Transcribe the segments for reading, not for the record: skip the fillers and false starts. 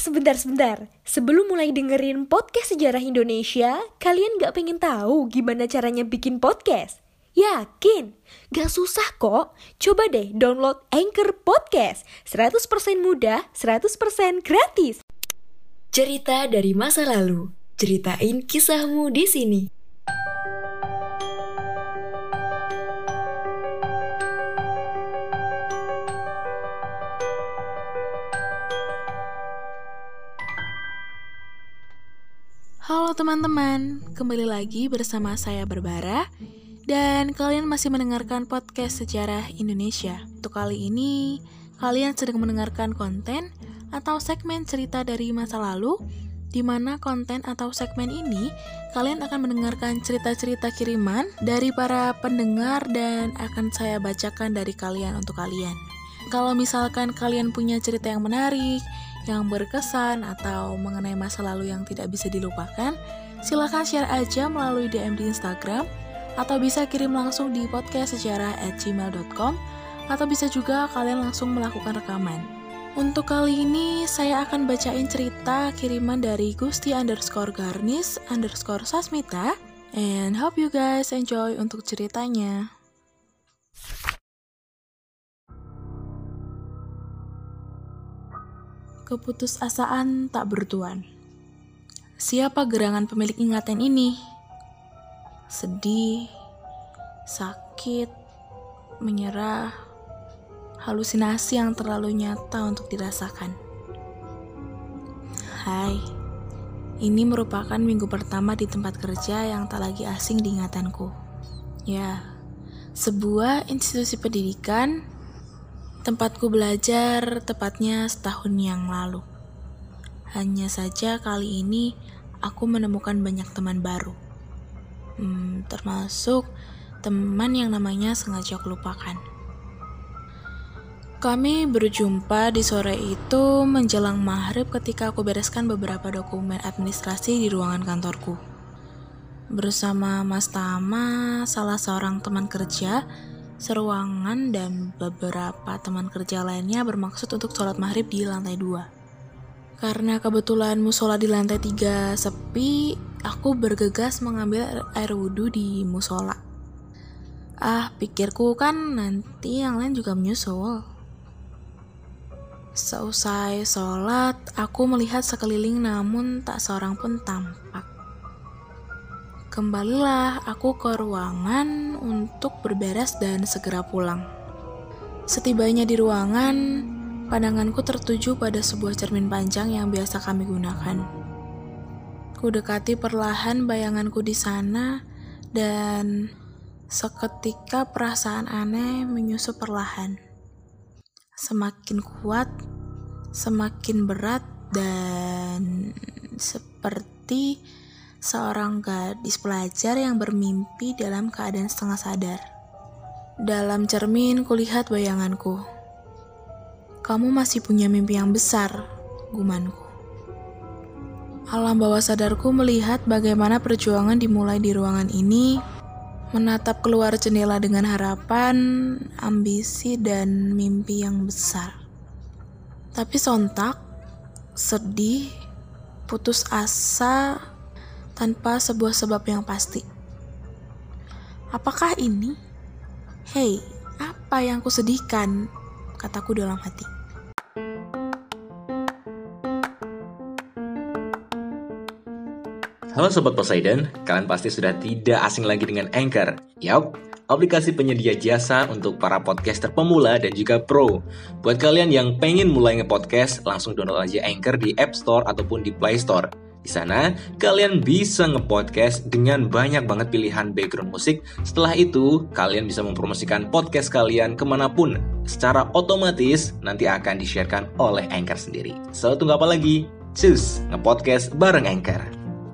Sebentar. Sebelum mulai dengerin podcast sejarah Indonesia, kalian gak pengen tahu gimana caranya bikin podcast? Yakin? Gak susah kok. Coba deh download Anchor Podcast. 100% mudah, 100% gratis. Cerita dari masa lalu. Ceritain kisahmu di sini. Halo teman-teman, kembali lagi bersama saya Barbara dan kalian masih mendengarkan podcast Sejarah Indonesia. Untuk kali ini, kalian sedang mendengarkan konten atau segmen cerita dari masa lalu, di mana konten atau segmen ini kalian akan mendengarkan cerita-cerita kiriman dari para pendengar dan akan saya bacakan dari kalian untuk kalian. Kalau misalkan kalian punya cerita yang menarik, yang berkesan, atau mengenai masa lalu yang tidak bisa dilupakan, silakan share aja melalui DM di Instagram, atau bisa kirim langsung di podcastsejarah@gmail.com, atau bisa juga kalian langsung melakukan rekaman. Untuk kali ini, saya akan bacain cerita kiriman dari Gusti_Garnis_Sasmita, and hope you guys enjoy untuk ceritanya. Keputusasaan tak bertuan. Siapa gerangan pemilik ingatan ini? Sedih, sakit, menyerah, halusinasi yang terlalu nyata untuk dirasakan. Hai, ini merupakan minggu pertama di tempat kerja yang tak lagi asing di ingatanku. Ya, sebuah institusi pendidikan tempatku belajar tepatnya setahun yang lalu. Hanya saja kali ini aku menemukan banyak teman baru. Termasuk teman yang namanya sengaja aku lupakan. Kami berjumpa di sore itu menjelang maghrib ketika aku bereskan beberapa dokumen administrasi di ruangan kantorku. Bersama Mas Tama, salah seorang teman kerja seruangan, dan beberapa teman kerja lainnya bermaksud untuk sholat maghrib di lantai 2. Karena kebetulan musola di lantai 3 sepi, aku bergegas mengambil air wudhu di musola. Pikirku kan nanti yang lain juga menyusul. Seusai sholat, aku melihat sekeliling namun tak seorang pun tampak. Kembalilah aku ke ruangan untuk berberes dan segera pulang. Setibanya di ruangan, pandanganku tertuju pada sebuah cermin panjang yang biasa kami gunakan. Ku dekati perlahan bayanganku di sana, dan seketika perasaan aneh menyusup perlahan. Semakin kuat, semakin berat, dan seperti seorang gadis pelajar yang bermimpi dalam keadaan setengah sadar. Dalam cermin kulihat bayanganku. Kamu masih punya mimpi yang besar, gumanku. Alam bawah sadarku melihat bagaimana perjuangan dimulai di ruangan ini, menatap keluar jendela dengan harapan, ambisi, dan mimpi yang besar. Tapi sontak, sedih, putus asa, tanpa sebuah sebab yang pasti. Apakah ini? Hei, apa yang kusedihkan? Kataku dalam hati. Halo Sobat Poseidon, kalian pasti sudah tidak asing lagi dengan Anchor. Yap, aplikasi penyedia jasa untuk para podcaster pemula dan juga pro. Buat kalian yang pengen mulai nge-podcast, langsung download aja Anchor di App Store ataupun di Play Store. Di sana, kalian bisa nge-podcast dengan banyak banget pilihan background musik. Setelah itu, kalian bisa mempromosikan podcast kalian kemanapun. Secara otomatis, nanti akan di-sharekan oleh Anchor sendiri. So, tunggu apa lagi? Cus, nge-podcast bareng Anchor.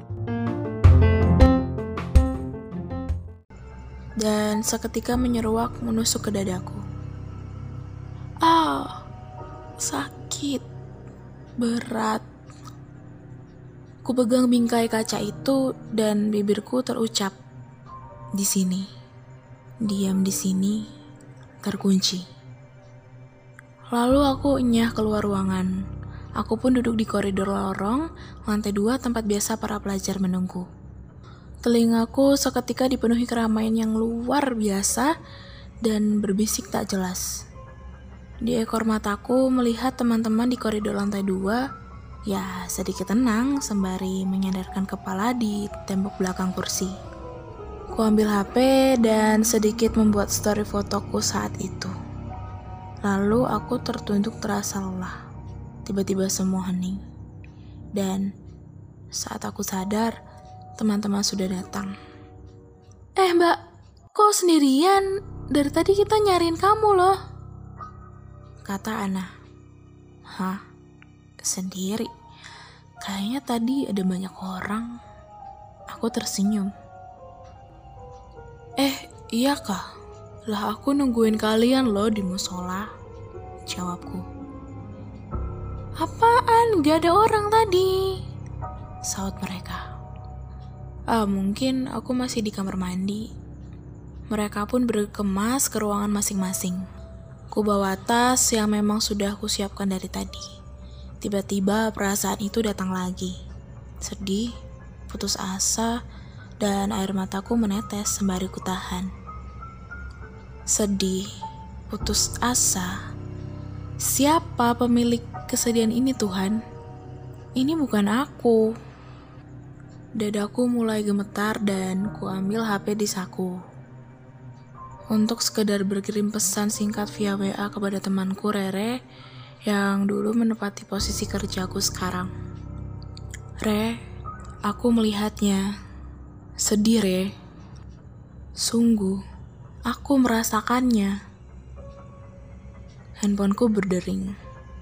Dan seketika menyeruak menusuk ke dadaku. Sakit, berat. Ku pegang bingkai kaca itu dan bibirku terucap, di sini, diam di sini, terkunci. Lalu aku enyah keluar ruangan. Aku pun duduk di koridor lorong, lantai 2 tempat biasa para pelajar menunggu. Telingaku seketika dipenuhi keramaian yang luar biasa dan berbisik tak jelas. Di ekor mataku melihat teman-teman di koridor lantai 2, ya sedikit tenang sembari menyandarkan kepala di tembok belakang kursi. Ku ambil HP dan sedikit membuat story fotoku saat itu. Lalu aku tertunduk terasa lelah. Tiba-tiba semua hening. Dan saat aku sadar, teman-teman sudah datang. Mbak, kok sendirian? Dari tadi kita nyariin kamu loh, kata Ana. Hah? Sendiri? Kayaknya tadi ada banyak orang. Aku tersenyum. Iya kah? Lah aku nungguin kalian loh di musola, jawabku. Apaan? Gak ada orang tadi, saut mereka. Mungkin aku masih di kamar mandi. Mereka pun berkemas ke ruangan masing-masing. Ku bawa tas yang memang sudah aku siapkan dari tadi. Tiba-tiba perasaan itu datang lagi. Sedih, putus asa, dan air mataku menetes sembari ku tahan. Sedih, putus asa. Siapa pemilik kesedihan ini, Tuhan? Ini bukan aku. Dadaku mulai gemetar dan ku ambil HP di saku. Untuk sekedar berkirim pesan singkat via WA kepada temanku Rere yang dulu menepati posisi kerjaku sekarang. Re, aku melihatnya. Sedih, Re. Sungguh, aku merasakannya. Handphoneku berdering.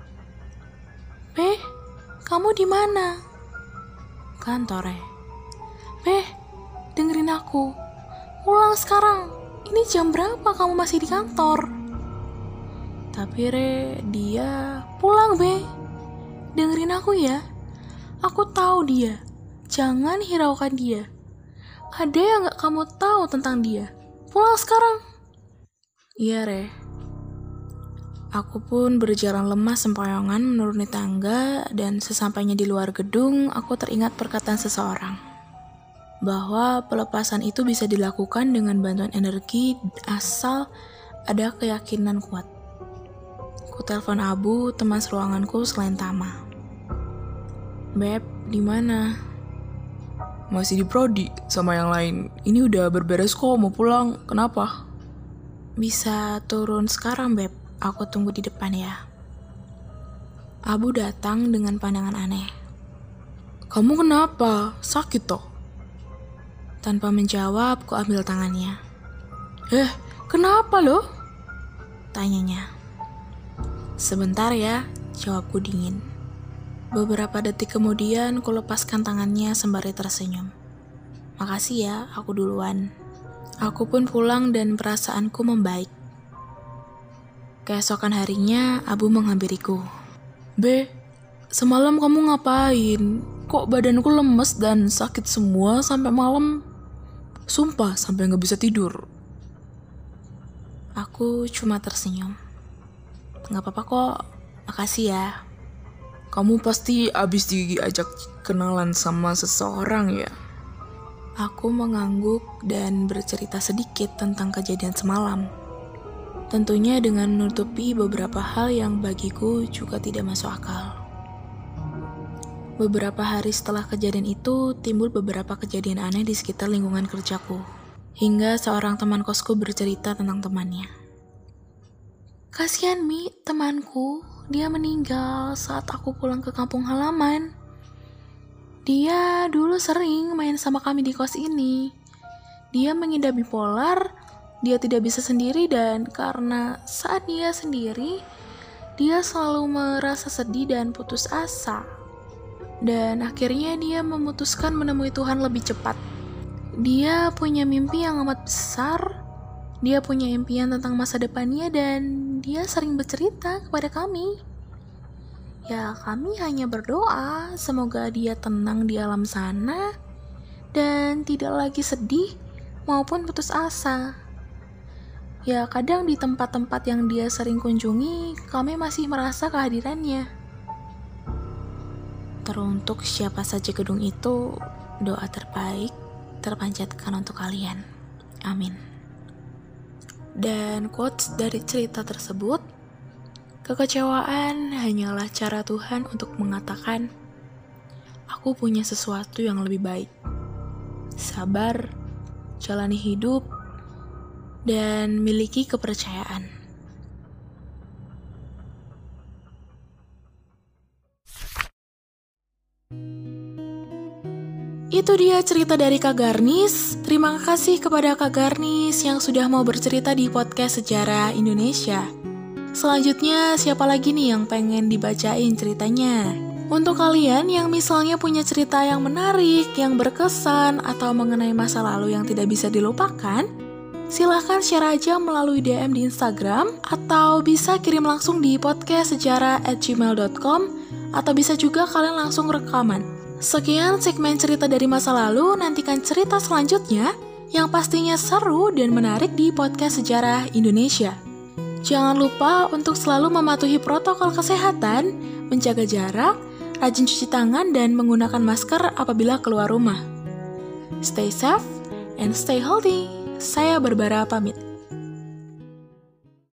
Kamu di mana? Kantor, Re. Dengerin aku. Pulang sekarang. Ini jam berapa kamu masih di kantor? Tapi Re, dia pulang, Dengerin aku ya. Aku tahu dia. Jangan hiraukan dia. Ada yang gak kamu tahu tentang dia. Pulang sekarang. Iya, Re. Aku pun berjalan lemah sempoyongan menuruni tangga dan sesampainya di luar gedung, aku teringat perkataan seseorang. Bahwa pelepasan itu bisa dilakukan dengan bantuan energi asal ada keyakinan kuat. Ku telepon Abu, teman seruanganku selain Tama. Beb, di mana? Masih di prodi sama yang lain. Ini udah berberes kok, mau pulang. Kenapa? Bisa turun sekarang, Beb. Aku tunggu di depan ya. Abu datang dengan pandangan aneh. Kamu kenapa? Sakit toh? Tanpa menjawab, ku ambil tangannya. Kenapa loh? Tanyanya. Sebentar ya, jawabku dingin. Beberapa detik kemudian, ku lepaskan tangannya sembari tersenyum. Makasih ya, aku duluan. Aku pun pulang dan perasaanku membaik. Keesokan harinya, Abu menghampiriku. Semalam kamu ngapain? Kok badanku lemes dan sakit semua sampai malam? Sumpah, sampai gak bisa tidur. Aku cuma tersenyum. Gak apa-apa kok, makasih ya. Kamu pasti abis diajak kenalan sama seseorang ya? Aku mengangguk dan bercerita sedikit tentang kejadian semalam. Tentunya dengan menutupi beberapa hal yang bagiku juga tidak masuk akal. Beberapa hari setelah kejadian itu, timbul beberapa kejadian aneh di sekitar lingkungan kerjaku. Hingga seorang teman kosku bercerita tentang temannya. Kasihan Mi, temanku, dia meninggal saat aku pulang ke kampung halaman. Dia dulu sering main sama kami di kos ini. Dia mengidap bipolar. Dia tidak bisa sendiri dan karena saat dia sendiri, dia selalu merasa sedih dan putus asa. Dan akhirnya dia memutuskan menemui Tuhan lebih cepat. Dia punya mimpi yang amat besar. Dia punya impian tentang masa depannya dan dia sering bercerita kepada kami. Ya, kami hanya berdoa semoga dia tenang di alam sana dan tidak lagi sedih maupun putus asa. Ya, kadang di tempat-tempat yang dia sering kunjungi, kami masih merasa kehadirannya. Teruntuk siapa saja gedung itu, doa terbaik terpanjatkan untuk kalian. Amin. Dan quotes dari cerita tersebut, kekecewaan hanyalah cara Tuhan untuk mengatakan, aku punya sesuatu yang lebih baik. Sabar, jalani hidup, dan miliki kepercayaan. Itu dia cerita dari Kak Garnis. Terima kasih kepada Kak Garnis yang sudah mau bercerita di podcast Sejarah Indonesia. Selanjutnya, siapa lagi nih yang pengen dibacain ceritanya? Untuk kalian yang misalnya punya cerita yang menarik, yang berkesan, atau mengenai masa lalu yang tidak bisa dilupakan, silahkan share aja melalui DM di Instagram, atau bisa kirim langsung di podcastsejarah@gmail.com, atau bisa juga kalian langsung rekaman. Sekian segmen cerita dari masa lalu, nantikan cerita selanjutnya yang pastinya seru dan menarik di podcast Sejarah Indonesia. Jangan lupa untuk selalu mematuhi protokol kesehatan, menjaga jarak, rajin cuci tangan, dan menggunakan masker apabila keluar rumah. Stay safe and stay healthy. Saya Barbara pamit.